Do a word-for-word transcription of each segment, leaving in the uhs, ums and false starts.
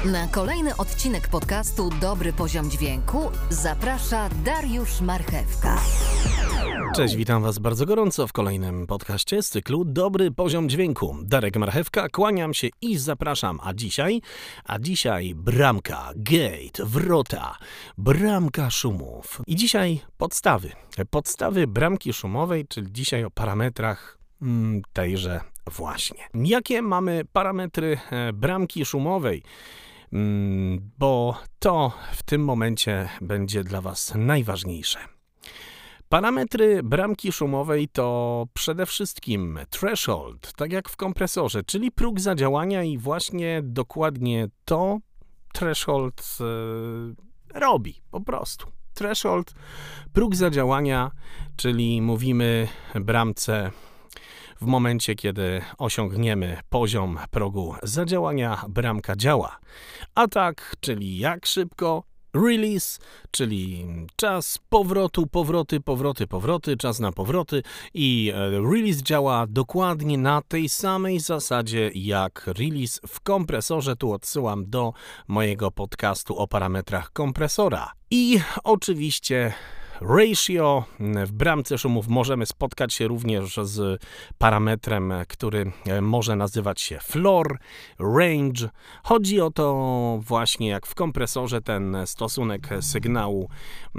Na kolejny odcinek podcastu Dobry Poziom Dźwięku zaprasza Dariusz Marchewka. Cześć, witam Was bardzo gorąco w kolejnym podcaście z cyklu Dobry Poziom Dźwięku. Darek Marchewka, kłaniam się i zapraszam. A dzisiaj, a dzisiaj bramka, gate, wrota, bramka szumów. I dzisiaj podstawy. Podstawy bramki szumowej, czyli dzisiaj o parametrach mm, tejże właśnie. Jakie mamy parametry e, bramki szumowej? Mm, bo to w tym momencie będzie dla Was najważniejsze. Parametry bramki szumowej to przede wszystkim threshold, tak jak w kompresorze, czyli próg zadziałania i właśnie dokładnie to threshold e, robi po prostu. Threshold, próg zadziałania, czyli mówimy bramce w momencie, kiedy osiągniemy poziom progu zadziałania, bramka działa. Atak, czyli jak szybko. Release, czyli czas powrotu, powroty, powroty, powroty, czas na powroty i release działa dokładnie na tej samej zasadzie jak release w kompresorze. Tu odsyłam do mojego podcastu o parametrach kompresora. I oczywiście ratio. W bramce szumów możemy spotkać się również z parametrem, który może nazywać się floor, range. Chodzi o to właśnie jak w kompresorze ten stosunek sygnału, e,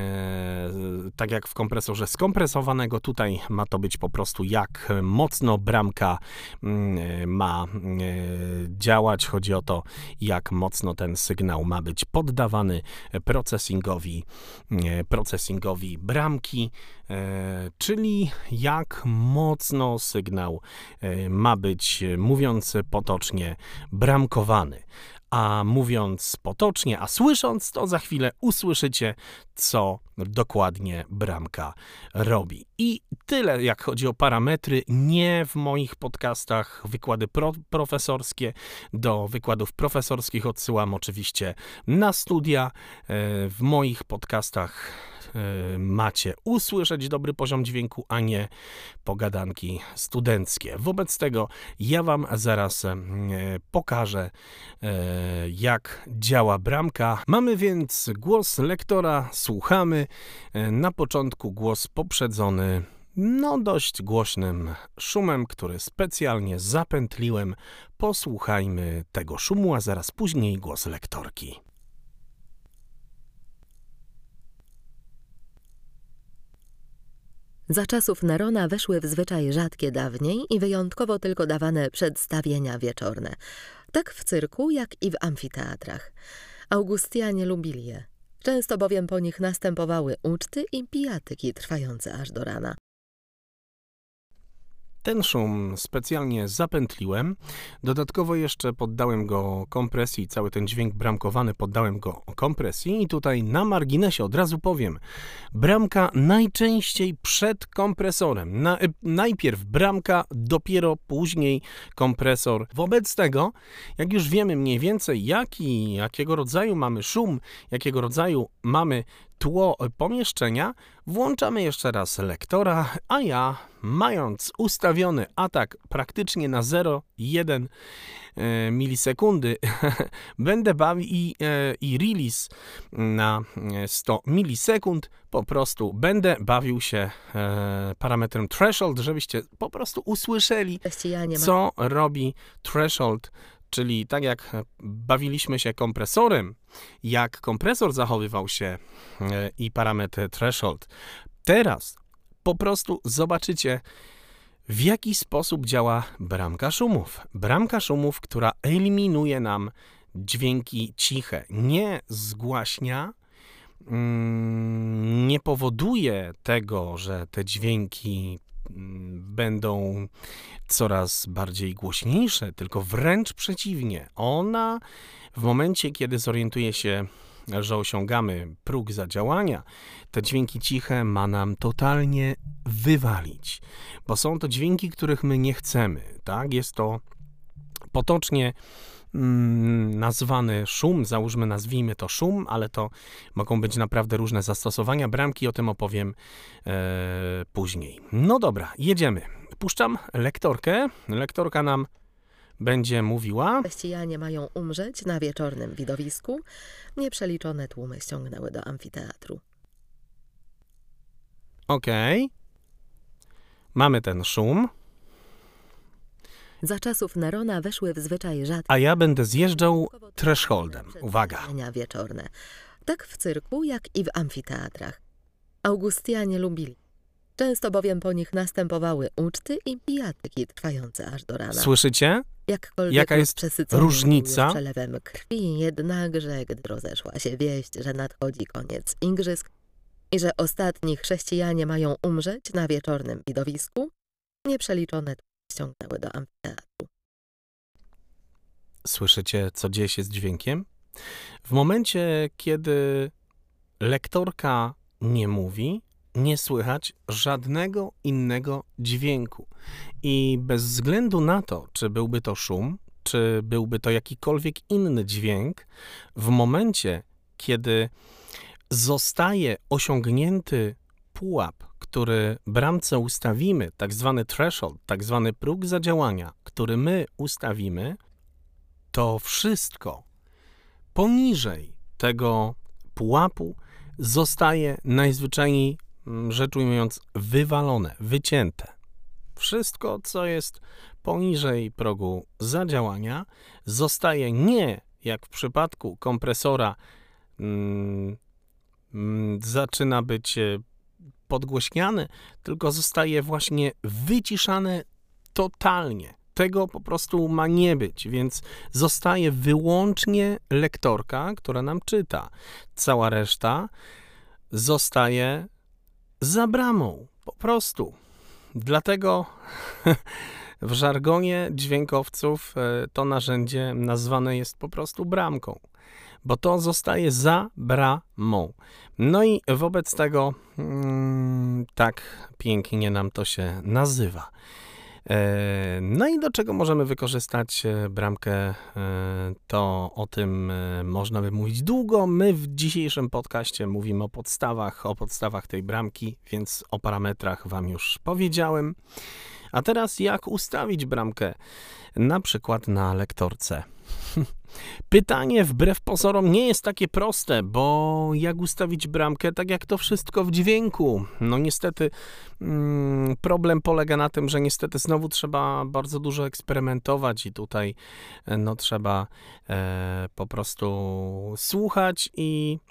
tak jak w kompresorze skompresowanego, tutaj ma to być po prostu jak mocno bramka e, ma e, działać. Chodzi o to, jak mocno ten sygnał ma być poddawany procesingowi, e, procesingowi bramki, e, czyli jak mocno sygnał e, ma być, mówiąc potocznie, bramkowany. A mówiąc potocznie, a słysząc, to za chwilę usłyszycie, co dokładnie bramka robi. I tyle, jak chodzi o parametry. Nie w moich podcastach wykłady pro, profesorskie. Do wykładów profesorskich odsyłam oczywiście na studia. W moich podcastach macie usłyszeć dobry poziom dźwięku, a nie pogadanki studenckie. Wobec tego ja Wam zaraz pokażę, jak działa bramka. Mamy więc głos lektora, słuchamy. Na początku głos poprzedzony no dość głośnym szumem, który specjalnie zapętliłem. Posłuchajmy tego szumu, a zaraz później głos lektorki. Za czasów Nerona weszły w zwyczaj rzadkie dawniej i wyjątkowo tylko dawane przedstawienia wieczorne. Tak w cyrku, jak i w amfiteatrach. Augustianie lubili je. Często bowiem po nich następowały uczty i pijatyki trwające aż do rana. Ten szum specjalnie zapętliłem, dodatkowo jeszcze poddałem go kompresji, cały ten dźwięk bramkowany poddałem go kompresji i tutaj na marginesie od razu powiem, bramka najczęściej przed kompresorem, na, najpierw bramka, dopiero później kompresor. Wobec tego, jak już wiemy mniej więcej jaki, jakiego rodzaju mamy szum, jakiego rodzaju mamy tło pomieszczenia, włączamy jeszcze raz lektora, a ja, mając ustawiony atak praktycznie na zero przecinek jeden milisekundy, będę bawił i, i release na sto milisekund, po prostu będę bawił się parametrem threshold, żebyście po prostu usłyszeli, co robi threshold. Czyli tak jak bawiliśmy się kompresorem, jak kompresor zachowywał się i parametr threshold, teraz po prostu zobaczycie, w jaki sposób działa bramka szumów. Bramka szumów, która eliminuje nam dźwięki ciche, nie zgłaśnia, nie powoduje tego, że te dźwięki będą coraz bardziej głośniejsze, tylko wręcz przeciwnie. Ona w momencie, kiedy zorientuje się, że osiągamy próg zadziałania, te dźwięki ciche ma nam totalnie wywalić, bo są to dźwięki, których my nie chcemy, tak? Jest to potocznie nazwany szum, załóżmy, nazwijmy to szum, ale to mogą być naprawdę różne zastosowania bramki, o tym opowiem e, później. No dobra, jedziemy. Puszczam lektorkę. Lektorka nam będzie mówiła... Chrześcijanie mają umrzeć na wieczornym widowisku. Nieprzeliczone tłumy ściągnęły do amfiteatru. Okej. Okay. Mamy ten szum. Za czasów Nerona weszły w zwyczaj rzadkie... A ja będę zjeżdżał thresholdem. Uwaga. ...przedstawienia wieczorne. Tak w cyrku, jak i w amfiteatrach. Augustianie lubili. Często bowiem po nich następowały uczty i pijatyki trwające aż do rana. Słyszycie? Jakkolwiek Jaka jest przesycony różnica? był przelewem krwi, jednakże, gdy rozeszła się wieść, że nadchodzi koniec igrzysk i że ostatni chrześcijanie mają umrzeć na wieczornym widowisku, nieprzeliczone ściągnęły do amfiteatru. Słyszycie, co dzieje się z dźwiękiem? W momencie, kiedy lektorka nie mówi, nie słychać żadnego innego dźwięku. I bez względu na to, czy byłby to szum, czy byłby to jakikolwiek inny dźwięk, w momencie, kiedy zostaje osiągnięty pułap, który bramce ustawimy, tak zwany threshold, tak zwany próg zadziałania, który my ustawimy, to wszystko poniżej tego pułapu zostaje najzwyczajniej rzecz ujmując wywalone, wycięte. Wszystko, co jest poniżej progu zadziałania, zostaje nie, jak w przypadku kompresora, mm, mm, zaczyna być podgłośniane, tylko zostaje właśnie wyciszane totalnie. Tego po prostu ma nie być, więc zostaje wyłącznie lektorka, która nam czyta. Cała reszta zostaje za bramą, po prostu. Dlatego w żargonie dźwiękowców to narzędzie nazwane jest po prostu bramką, bo to zostaje za bramą. No i wobec tego mm, tak pięknie nam to się nazywa. No i do czego możemy wykorzystać bramkę, to o tym można by mówić długo. My w dzisiejszym podcaście mówimy o podstawach, o podstawach tej bramki, więc o parametrach wam już powiedziałem. A teraz jak ustawić bramkę, na przykład na lektorce? Pytanie wbrew pozorom nie jest takie proste, bo jak ustawić bramkę, tak jak to wszystko w dźwięku? No niestety mm, problem polega na tym, że niestety znowu trzeba bardzo dużo eksperymentować i tutaj no trzeba e, po prostu słuchać i,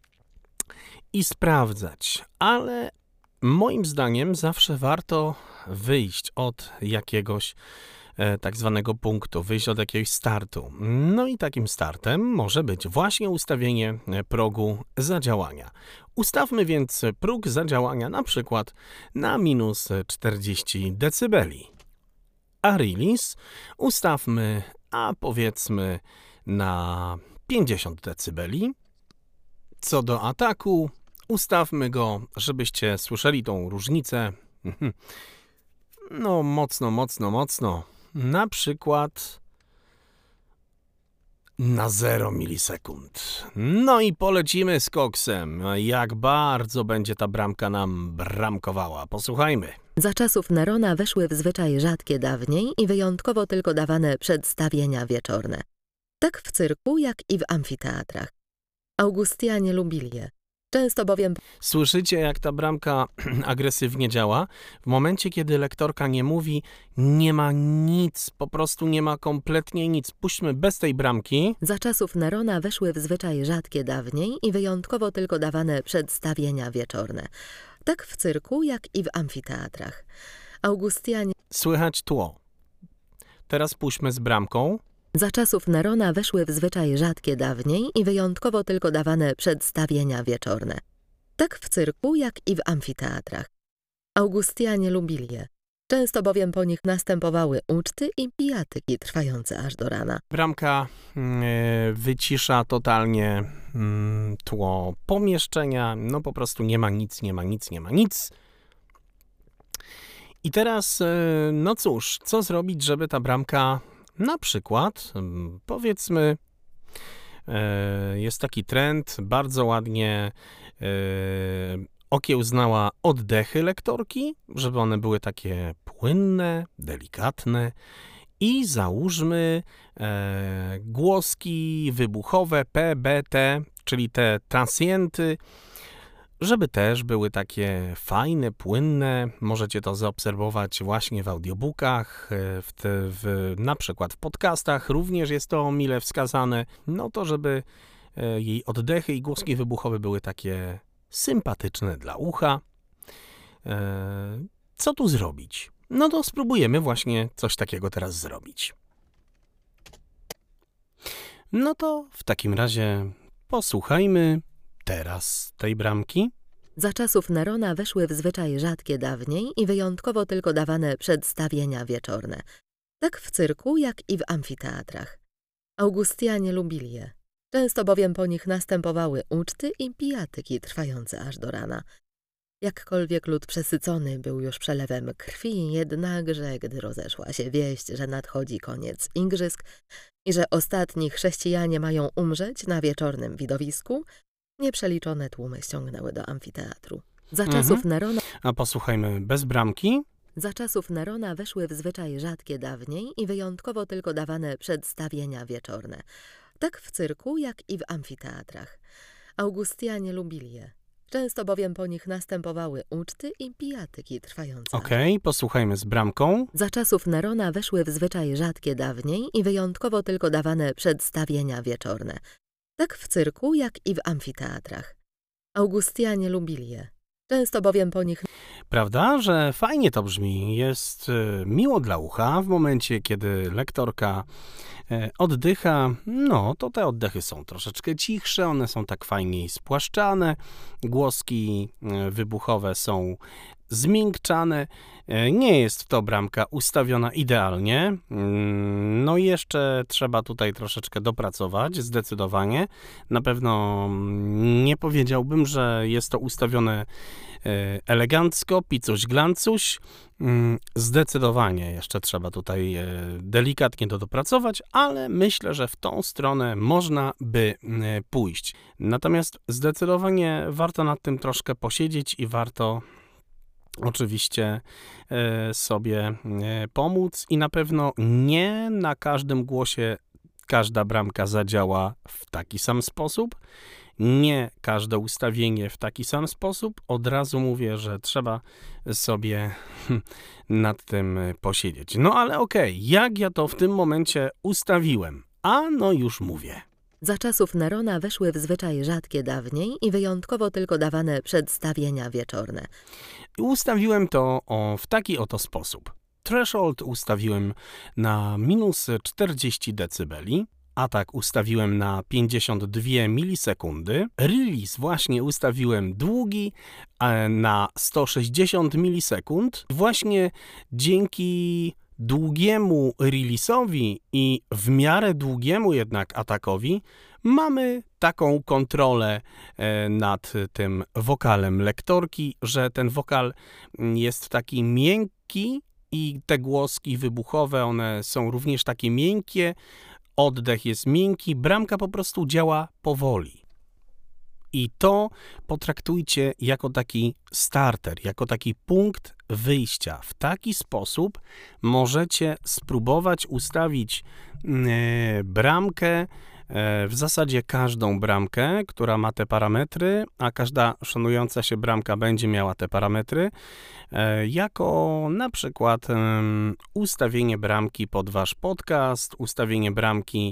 i sprawdzać, ale moim zdaniem zawsze warto wyjść od jakiegoś tak zwanego punktu, wyjść od jakiegoś startu. No i takim startem może być właśnie ustawienie progu zadziałania. Ustawmy więc próg zadziałania na przykład na minus czterdzieści decybeli. A release ustawmy, a powiedzmy na pięćdziesiąt decybeli. Co do ataku, ustawmy go, żebyście słyszeli tą różnicę. No mocno, mocno, mocno. Na przykład na zero milisekund. No i polecimy z koksem. Jak bardzo będzie ta bramka nam bramkowała. Posłuchajmy. Za czasów Nerona weszły w zwyczaj rzadkie dawniej i wyjątkowo tylko dawane przedstawienia wieczorne. Tak w cyrku, jak i w amfiteatrach. Augustianie lubili je. Często bowiem... Słyszycie, jak ta bramka agresywnie działa? W momencie, kiedy lektorka nie mówi, nie ma nic, po prostu nie ma kompletnie nic. Puśćmy bez tej bramki. Za czasów Nerona weszły w zwyczaj rzadkie dawniej i wyjątkowo tylko dawane przedstawienia wieczorne. Tak w cyrku, jak i w amfiteatrach. Augustianie... Słychać tło. Teraz puśćmy z bramką. Za czasów Nerona weszły w zwyczaj rzadkie dawniej i wyjątkowo tylko dawane przedstawienia wieczorne. Tak w cyrku, jak i w amfiteatrach. Augustianie lubili je. Często bowiem po nich następowały uczty i pijatyki trwające aż do rana. Bramka yy, wycisza totalnie yy, tło pomieszczenia. No po prostu nie ma nic, nie ma nic, nie ma nic. I teraz, yy, no cóż, co zrobić, żeby ta bramka... Na przykład, powiedzmy, jest taki trend, bardzo ładnie okiełznała oddechy lektorki, żeby one były takie płynne, delikatne i załóżmy e, głoski wybuchowe P, B, T, czyli te transienty, żeby też były takie fajne, płynne. Możecie to zaobserwować właśnie w audiobookach, w te, w, na przykład w podcastach również jest to mile wskazane. No to żeby jej oddechy i głoski wybuchowe były takie sympatyczne dla ucha. Co tu zrobić? No to spróbujemy właśnie coś takiego teraz zrobić. No to w takim razie posłuchajmy teraz tej bramki. Za czasów Nerona weszły w zwyczaj rzadkie dawniej i wyjątkowo tylko dawane przedstawienia wieczorne. Tak w cyrku, jak i w amfiteatrach. Augustianie lubili je. Często bowiem po nich następowały uczty i pijatyki trwające aż do rana. Jakkolwiek lud przesycony był już przelewem krwi, jednakże, gdy rozeszła się wieść, że nadchodzi koniec igrzysk i że ostatni chrześcijanie mają umrzeć na wieczornym widowisku, nieprzeliczone tłumy ściągnęły do amfiteatru. Za Mhm. czasów Nerona A posłuchajmy bez bramki. Za czasów Nerona weszły w zwyczaj rzadkie dawniej i wyjątkowo tylko dawane przedstawienia wieczorne. Tak w cyrku, jak i w amfiteatrach. Augustianie lubili je. Często bowiem po nich następowały uczty i pijatyki trwające. Okej, posłuchajmy z bramką. Za czasów Nerona weszły w zwyczaj rzadkie dawniej i wyjątkowo tylko dawane przedstawienia wieczorne. Tak w cyrku, jak i w amfiteatrach. Augustianie lubili je. Często bowiem po nich... Prawda, że fajnie to brzmi. Jest y, miło dla ucha w momencie, kiedy lektorka y, oddycha. No, to te oddechy są troszeczkę cichsze, one są tak fajniej spłaszczane. Głoski y, wybuchowe są zmiękczane. Y, nie jest to bramka ustawiona idealnie. Y, no i jeszcze trzeba tutaj troszeczkę dopracować, zdecydowanie. Na pewno nie powiedziałbym, że jest to ustawione elegancko, picuś glancuś. Zdecydowanie jeszcze trzeba tutaj delikatnie to dopracować, ale myślę, że w tą stronę można by pójść. Natomiast zdecydowanie warto nad tym troszkę posiedzieć i warto oczywiście sobie pomóc i na pewno nie na każdym głosie każda bramka zadziała w taki sam sposób. Nie każde ustawienie w taki sam sposób. Od razu mówię, że trzeba sobie nad tym posiedzieć. No ale okej, okay, jak ja to w tym momencie ustawiłem? A no już mówię. Za czasów Nerona weszły w zwyczaj rzadkie dawniej i wyjątkowo tylko dawane przedstawienia wieczorne. Ustawiłem to o, w taki oto sposób. Threshold ustawiłem na minus czterdzieści decybeli. Atak ustawiłem na pięćdziesiąt dwie milisekundy. Release właśnie ustawiłem długi na sto sześćdziesiąt milisekund. Właśnie dzięki długiemu release'owi i w miarę długiemu jednak atakowi mamy taką kontrolę nad tym wokalem lektorki, że ten wokal jest taki miękki i te głoski wybuchowe, one są również takie miękkie. Oddech jest miękki, bramka po prostu działa powoli. I to potraktujcie jako taki starter, jako taki punkt wyjścia. W taki sposób możecie spróbować ustawić e, bramkę, w zasadzie każdą bramkę, która ma te parametry, a każda szanująca się bramka będzie miała te parametry, jako na przykład ustawienie bramki pod wasz podcast, ustawienie bramki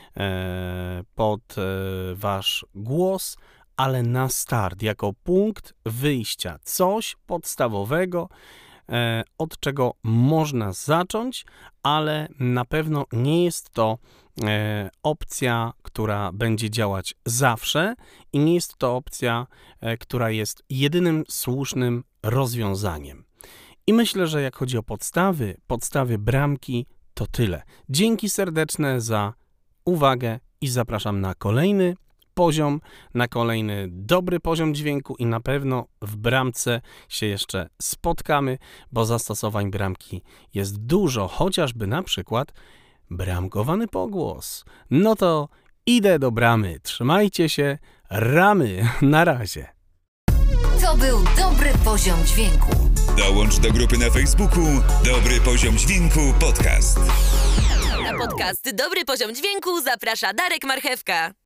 pod wasz głos, ale na start, jako punkt wyjścia, coś podstawowego, od czego można zacząć, ale na pewno nie jest to e, opcja, która będzie działać zawsze i nie jest to opcja, e, która jest jedynym słusznym rozwiązaniem. I myślę, że jak chodzi o podstawy, podstawy bramki, to tyle. Dzięki serdeczne za uwagę i zapraszam na kolejny poziom, na kolejny dobry poziom dźwięku i na pewno w bramce się jeszcze spotkamy, bo zastosowań bramki jest dużo, chociażby na przykład bramkowany pogłos. No to idę do bramy, trzymajcie się, ramy, na razie. To To był Dobry Poziom Dźwięku. Dołącz do grupy na Facebooku Dobry Poziom Dźwięku Podcast. Na podcast Dobry Poziom Dźwięku zaprasza Darek Marchewka.